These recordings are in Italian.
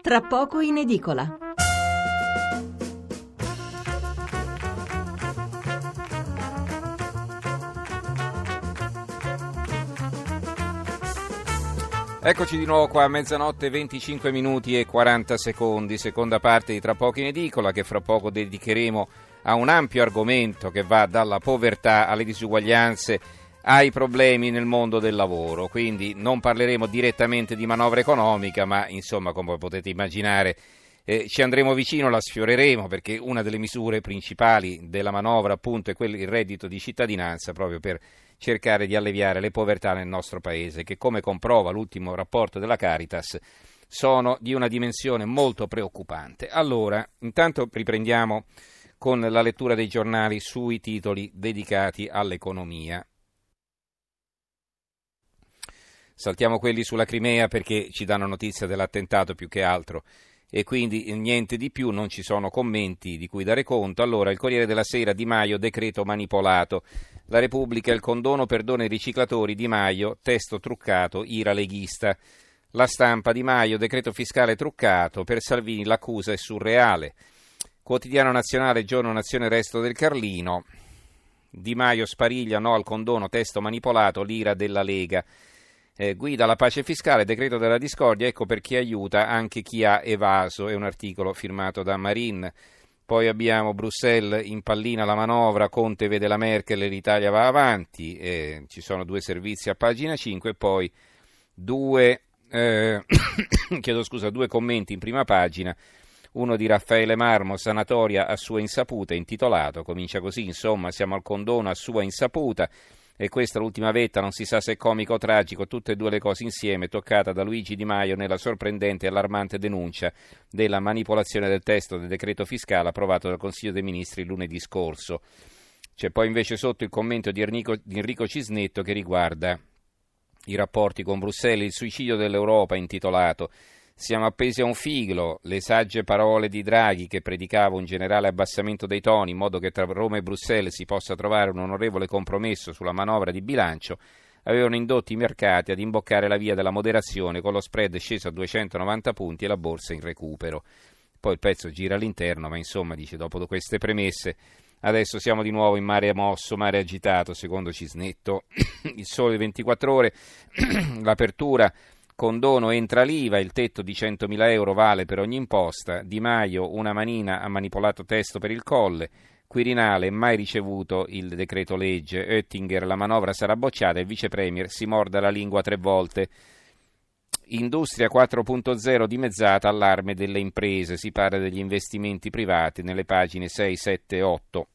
tra poco in edicola. Eccoci di nuovo qua a mezzanotte 25 minuti e 40 secondi, seconda parte di Tra poco in edicola, che fra poco dedicheremo a un ampio argomento che va dalla povertà alle disuguaglianze ai problemi nel mondo del lavoro. Quindi non parleremo direttamente di manovra economica, ma insomma, come potete immaginare, ci andremo vicino, la sfioreremo, perché una delle misure principali della manovra appunto è il reddito di cittadinanza, proprio per cercare di alleviare le povertà nel nostro paese, che, come comprova l'ultimo rapporto della Caritas, sono di una dimensione molto preoccupante. Allora, intanto riprendiamo con la lettura dei giornali sui titoli dedicati all'economia. Saltiamo quelli sulla Crimea perché ci danno notizia dell'attentato più che altro e quindi niente di più, non ci sono commenti di cui dare conto. Allora, il Corriere della Sera, Di Maio, decreto manipolato. La Repubblica, il condono perdona i riciclatori, Di Maio, testo truccato, ira leghista. La Stampa, Di Maio, decreto fiscale truccato, per Salvini l'accusa è surreale. Quotidiano Nazionale, Giorno Nazione, Resto del Carlino. Di Maio spariglia, no al condono, testo manipolato, l'ira della Lega. Guida alla pace fiscale, decreto della discordia, ecco per chi aiuta anche chi ha evaso, è un articolo firmato da Marin. Poi abbiamo Bruxelles, impallina la manovra, Conte vede la Merkel e l'Italia va avanti, ci sono due servizi a pagina 5 e poi due commenti in prima pagina, uno di Raffaele Marmo, sanatoria a sua insaputa, intitolato, comincia così, insomma siamo al condono a sua insaputa. E questa l'ultima vetta, non si sa se è comico o tragico, tutte e due le cose insieme, toccata da Luigi Di Maio nella sorprendente e allarmante denuncia della manipolazione del testo del decreto fiscale approvato dal Consiglio dei Ministri lunedì scorso. C'è poi invece sotto il commento di Enrico Cisnetto che riguarda i rapporti con Bruxelles, il suicidio dell'Europa, intitolato siamo appesi a un filo, le sagge parole di Draghi che predicava un generale abbassamento dei toni in modo che tra Roma e Bruxelles si possa trovare un onorevole compromesso sulla manovra di bilancio, avevano indotto i mercati ad imboccare la via della moderazione con lo spread sceso a 290 punti e la borsa in recupero. Poi il pezzo gira all'interno, ma insomma dice dopo queste premesse adesso siamo di nuovo in mare mosso, mare agitato, secondo Cisnetto. Il Sole 24 Ore, l'apertura. Condono entra l'IVA, il tetto di 100.000 euro vale per ogni imposta. Di Maio, una manina ha manipolato testo per il Colle. Quirinale, mai ricevuto il decreto legge. Oettinger, la manovra sarà bocciata e il vice premier si morda la lingua 3 volte. Industria 4.0 dimezzata, allarme delle imprese. Si parla degli investimenti privati nelle pagine 6, 7 e 8.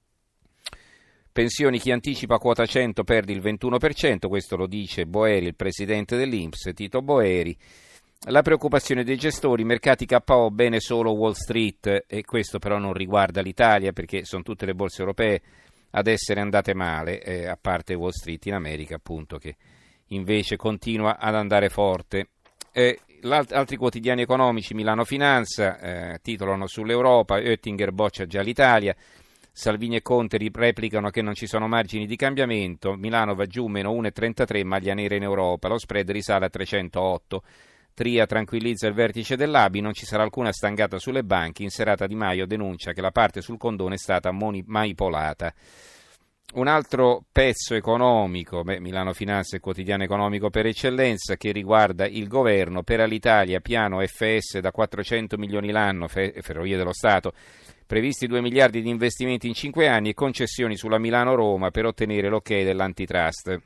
Pensioni, chi anticipa quota 100 perde il 21%, questo lo dice Boeri, il presidente dell'Inps, Tito Boeri. La preoccupazione dei gestori, mercati KO, bene solo Wall Street, e questo però non riguarda l'Italia perché sono tutte le borse europee ad essere andate male, a parte Wall Street in America appunto che invece continua ad andare forte. Altri quotidiani economici, Milano Finanza, titolano sull'Europa, Oettinger boccia già l'Italia. Salvini e Conte replicano che non ci sono margini di cambiamento, Milano va giù meno 1,33, maglia nera in Europa, lo spread risale a 308. Tria tranquillizza il vertice dell'ABI, non ci sarà alcuna stangata sulle banche, in serata Di Maio denuncia che la parte sul condono è stata manipolata. Un altro pezzo economico, Milano Finanza è il quotidiano economico per eccellenza, che riguarda il governo, per l'Italia piano FS da 400 milioni l'anno, Ferrovie dello Stato, previsti 2 miliardi di investimenti in 5 anni e concessioni sulla Milano-Roma per ottenere l'ok dell'antitrust.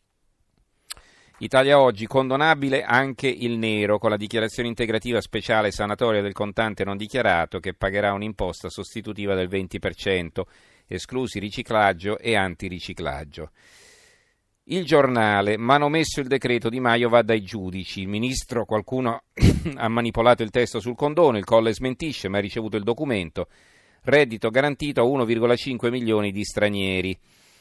Italia Oggi, condonabile anche il nero, con la dichiarazione integrativa speciale sanatoria del contante non dichiarato che pagherà un'imposta sostitutiva del 20%, esclusi riciclaggio e antiriciclaggio. Il Giornale, manomesso il decreto, Di Maio va dai giudici, il ministro, qualcuno ha manipolato il testo sul condono, il Colle smentisce ma ha ricevuto il documento, reddito garantito a 1,5 milioni di stranieri.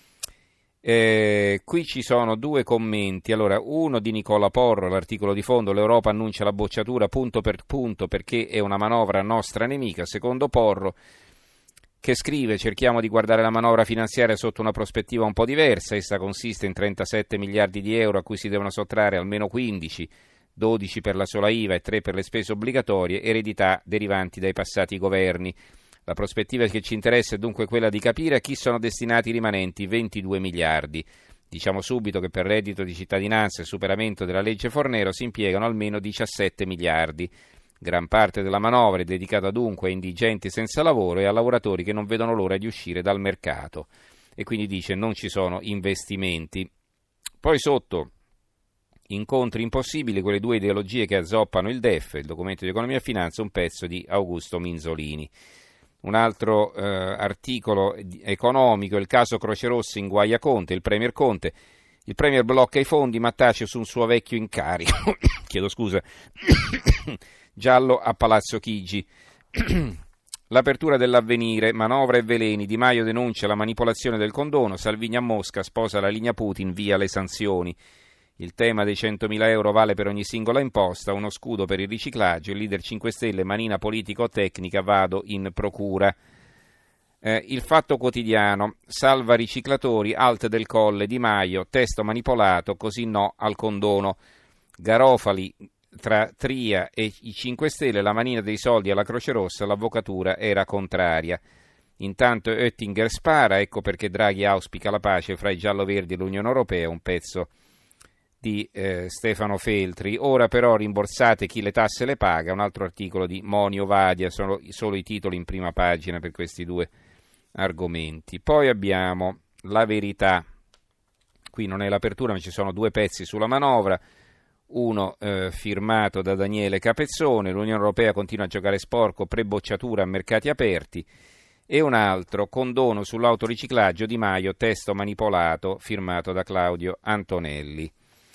Qui ci sono due commenti, allora uno di Nicola Porro, l'articolo di fondo, l'Europa annuncia la bocciatura punto per punto perché è una manovra nostra nemica, secondo Porro, che scrive: cerchiamo di guardare la manovra finanziaria sotto una prospettiva un po' diversa, essa consiste in 37 miliardi di euro a cui si devono sottrarre almeno 15 12 per la sola IVA e 3 per le spese obbligatorie, eredità derivanti dai passati governi. La prospettiva che ci interessa è dunque quella di capire a chi sono destinati i rimanenti 22 miliardi. Diciamo subito che per reddito di cittadinanza e superamento della legge Fornero si impiegano almeno 17 miliardi. Gran parte della manovra è dedicata dunque a indigenti senza lavoro e a lavoratori che non vedono l'ora di uscire dal mercato. E quindi dice non ci sono investimenti. Poi sotto, incontri impossibili, quelle due ideologie che azzoppano il DEF, il documento di economia e finanza, un pezzo di Augusto Minzolini. Un altro articolo economico, il caso Croce Rossa inguaia Conte, il Premier Conte. Il Premier blocca i fondi ma tace su un suo vecchio incarico. Chiedo scusa. Giallo a Palazzo Chigi. L'apertura dell'Avvenire, manovra e veleni, Di Maio denuncia la manipolazione del condono, Salvini a Mosca sposa la linea Putin, via le sanzioni. Il tema dei 100.000 euro vale per ogni singola imposta, uno scudo per il riciclaggio, il leader 5 Stelle, manina politico-tecnica, vado in procura. Il Fatto Quotidiano, salva riciclatori, alt del Colle, Di Maio, testo manipolato, così no al condono. Garofali tra Tria e i 5 Stelle, la manina dei soldi alla Croce Rossa, l'avvocatura era contraria. Intanto Oettinger spara, ecco perché Draghi auspica la pace fra i giallo-verdi e l'Unione Europea, un pezzo di Stefano Feltri. Ora però rimborsate chi le tasse le paga, un altro articolo di Monio Vadia, sono solo i titoli in prima pagina per questi due argomenti. Poi abbiamo La Verità, qui non è l'apertura ma ci sono due pezzi sulla manovra, uno firmato da Daniele Capezzone, l'Unione Europea continua a giocare sporco, prebocciatura a mercati aperti, e un altro, condono sull'autoriciclaggio, Di Maio, testo manipolato, firmato da Claudio Antonelli.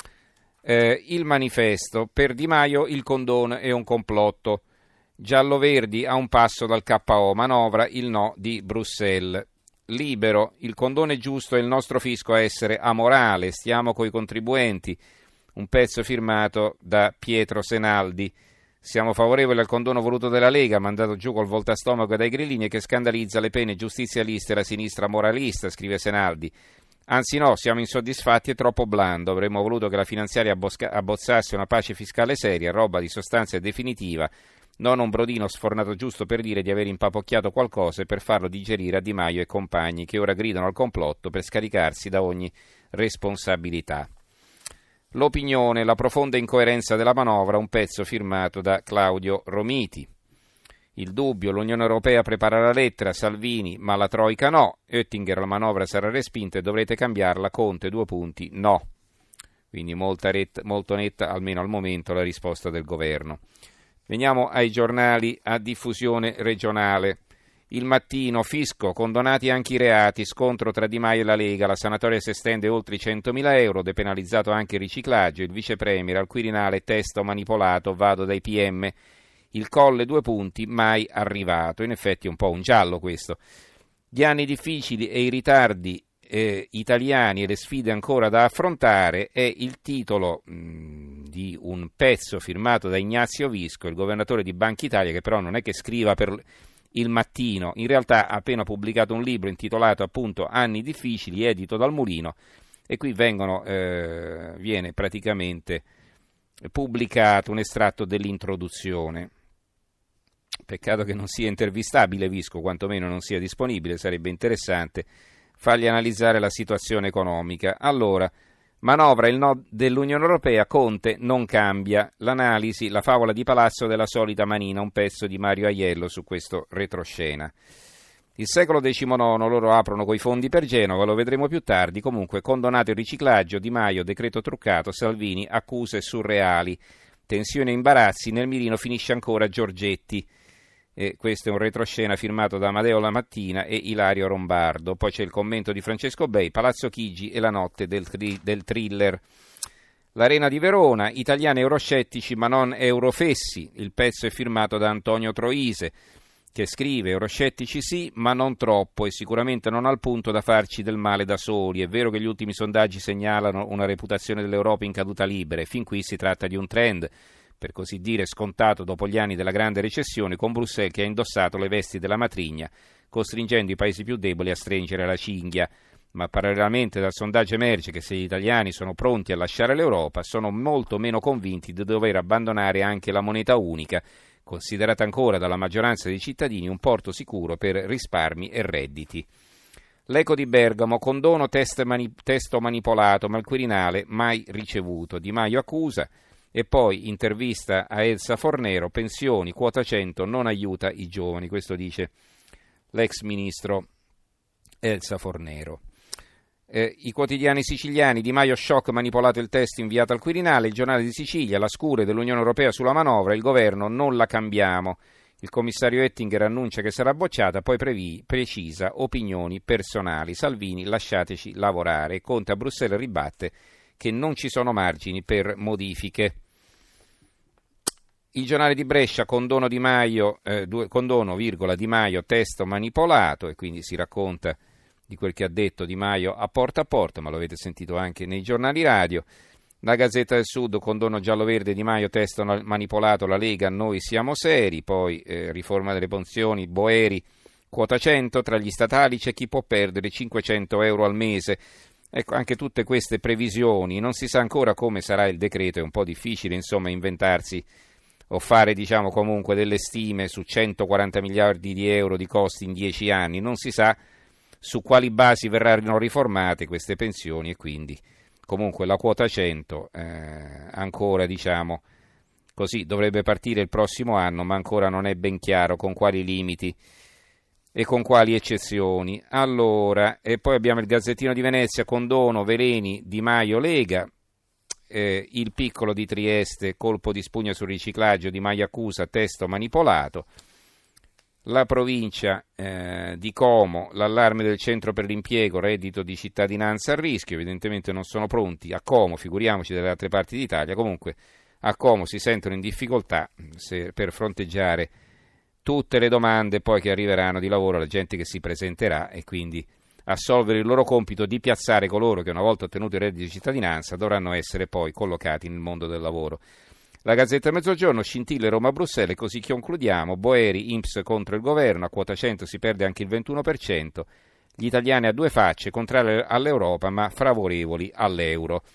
Il Manifesto, per Di Maio il condono è un complotto, giallo-verdi a un passo dal KO, manovra il no di Bruxelles. Libero, il condono è giusto e il nostro fisco a essere amorale, stiamo coi contribuenti, un pezzo firmato da Pietro Senaldi. Siamo favorevoli al condono voluto dalla Lega, mandato giù col voltastomaco dai grillini, e che scandalizza le pene giustizialiste e la sinistra moralista, scrive Senaldi. Anzi no, siamo insoddisfatti, è troppo blando, avremmo voluto che la finanziaria abbozzasse una pace fiscale seria, roba di sostanza e definitiva, non un brodino sfornato giusto per dire di aver impapocchiato qualcosa e per farlo digerire a Di Maio e compagni, che ora gridano al complotto per scaricarsi da ogni responsabilità. L'Opinione, la profonda incoerenza della manovra, un pezzo firmato da Claudio Romiti. Il Dubbio, l'Unione Europea prepara la lettera, Salvini, ma la Troica no, Oettinger, la manovra sarà respinta e dovrete cambiarla, Conte, 2 punti, no. Quindi molto netta, almeno al momento, la risposta del governo. Veniamo ai giornali a diffusione regionale. Il Mattino, fisco, condonati anche i reati, scontro tra Di Maio e la Lega, la sanatoria si estende oltre i 100.000 euro, depenalizzato anche il riciclaggio, il vice premier al Quirinale, testo manipolato, vado dai PM. Il Colle 2 punti, mai arrivato. In effetti è un po' un giallo questo. Gli anni difficili e i ritardi italiani e le sfide ancora da affrontare è il titolo di un pezzo firmato da Ignazio Visco, il governatore di Banca Italia, che però non è che scriva per Il Mattino, in realtà ha appena pubblicato un libro intitolato appunto Anni difficili, edito dal Mulino, e qui viene praticamente pubblicato un estratto dell'introduzione. Peccato che non sia intervistabile Visco, quantomeno non sia disponibile, sarebbe interessante fargli analizzare la situazione economica. Allora, manovra, il no dell'Unione Europea, Conte non cambia. L'analisi, la favola di palazzo della solita manina, un pezzo di Mario Aiello su questo retroscena. Il secolo XIX, loro aprono coi fondi per Genova, lo vedremo più tardi. Comunque, condonato il riciclaggio, Di Maio, decreto truccato, Salvini, accuse surreali. Tensione e imbarazzi, nel mirino finisce ancora Giorgetti. E questo è un retroscena firmato da Amadeo Lamattina e Ilario Rombardo. Poi c'è il commento di Francesco Bei, Palazzo Chigi e la notte del thriller. L'Arena di Verona, italiani euroscettici ma non eurofessi. Il pezzo è firmato da Antonio Troise, che scrive: euroscettici sì, ma non troppo e sicuramente non al punto da farci del male da soli. È vero che gli ultimi sondaggi segnalano una reputazione dell'Europa in caduta libera e fin qui si tratta di un trend, per così dire, scontato dopo gli anni della grande recessione, con Bruxelles che ha indossato le vesti della matrigna, costringendo i paesi più deboli a stringere la cinghia. ma parallelamente dal sondaggio emerge che se gli italiani sono pronti a lasciare l'Europa, sono molto meno convinti di dover abbandonare anche la moneta unica, considerata ancora dalla maggioranza dei cittadini un porto sicuro per risparmi e redditi. L'Eco di Bergamo, condono testo manipolato, ma il Quirinale mai ricevuto. Di Maio accusa e poi intervista a Elsa Fornero, pensioni, quota 100 non aiuta i giovani, questo dice l'ex ministro Elsa Fornero. I quotidiani siciliani, Di Maio shock, manipolato il testo inviato al Quirinale, il giornale di Sicilia, la scure dell'Unione Europea sulla manovra, il governo non la cambiamo. Il commissario Oettinger annuncia che sarà bocciata, poi precisa opinioni personali. Salvini, lasciateci lavorare. Conte a Bruxelles ribatte che non ci sono margini per modifiche. Il giornale di Brescia, condono Di Maio, Di Maio, testo manipolato, e quindi si racconta di quel che ha detto Di Maio a porta, ma lo avete sentito anche nei giornali radio. La Gazzetta del Sud, condono giallo-verde Di Maio, testo manipolato, la Lega, noi siamo seri. Poi riforma delle pensioni, Boeri, quota 100, tra gli statali c'è chi può perdere 500 euro al mese. Ecco, anche tutte queste previsioni, non si sa ancora come sarà il decreto, è un po' difficile insomma inventarsi o fare comunque delle stime su 140 miliardi di euro di costi in 10 anni, non si sa su quali basi verranno riformate queste pensioni e quindi comunque la quota 100 ancora così dovrebbe partire il prossimo anno, ma ancora non è ben chiaro con quali limiti e con quali eccezioni. Allora, e poi abbiamo il Gazzettino di Venezia, condono Veleni, Di Maio, Lega. Il Piccolo di Trieste, colpo di spugna sul riciclaggio, Di Maio accusa testo manipolato. La provincia di Como, l'allarme del centro per l'impiego, reddito di cittadinanza a rischio, evidentemente non sono pronti a Como, figuriamoci dalle altre parti d'Italia, comunque a Como si sentono in difficoltà per fronteggiare tutte le domande poi che arriveranno di lavoro, la gente che si presenterà e quindi assolvere il loro compito di piazzare coloro che una volta ottenuto il reddito di cittadinanza dovranno essere poi collocati nel mondo del lavoro. La Gazzetta Mezzogiorno, scintille Roma-Bruxelles, e così concludiamo. Boeri, INPS contro il governo, a quota 100 si perde anche il 21%, gli italiani a due facce, contrari all'Europa ma favorevoli all'euro.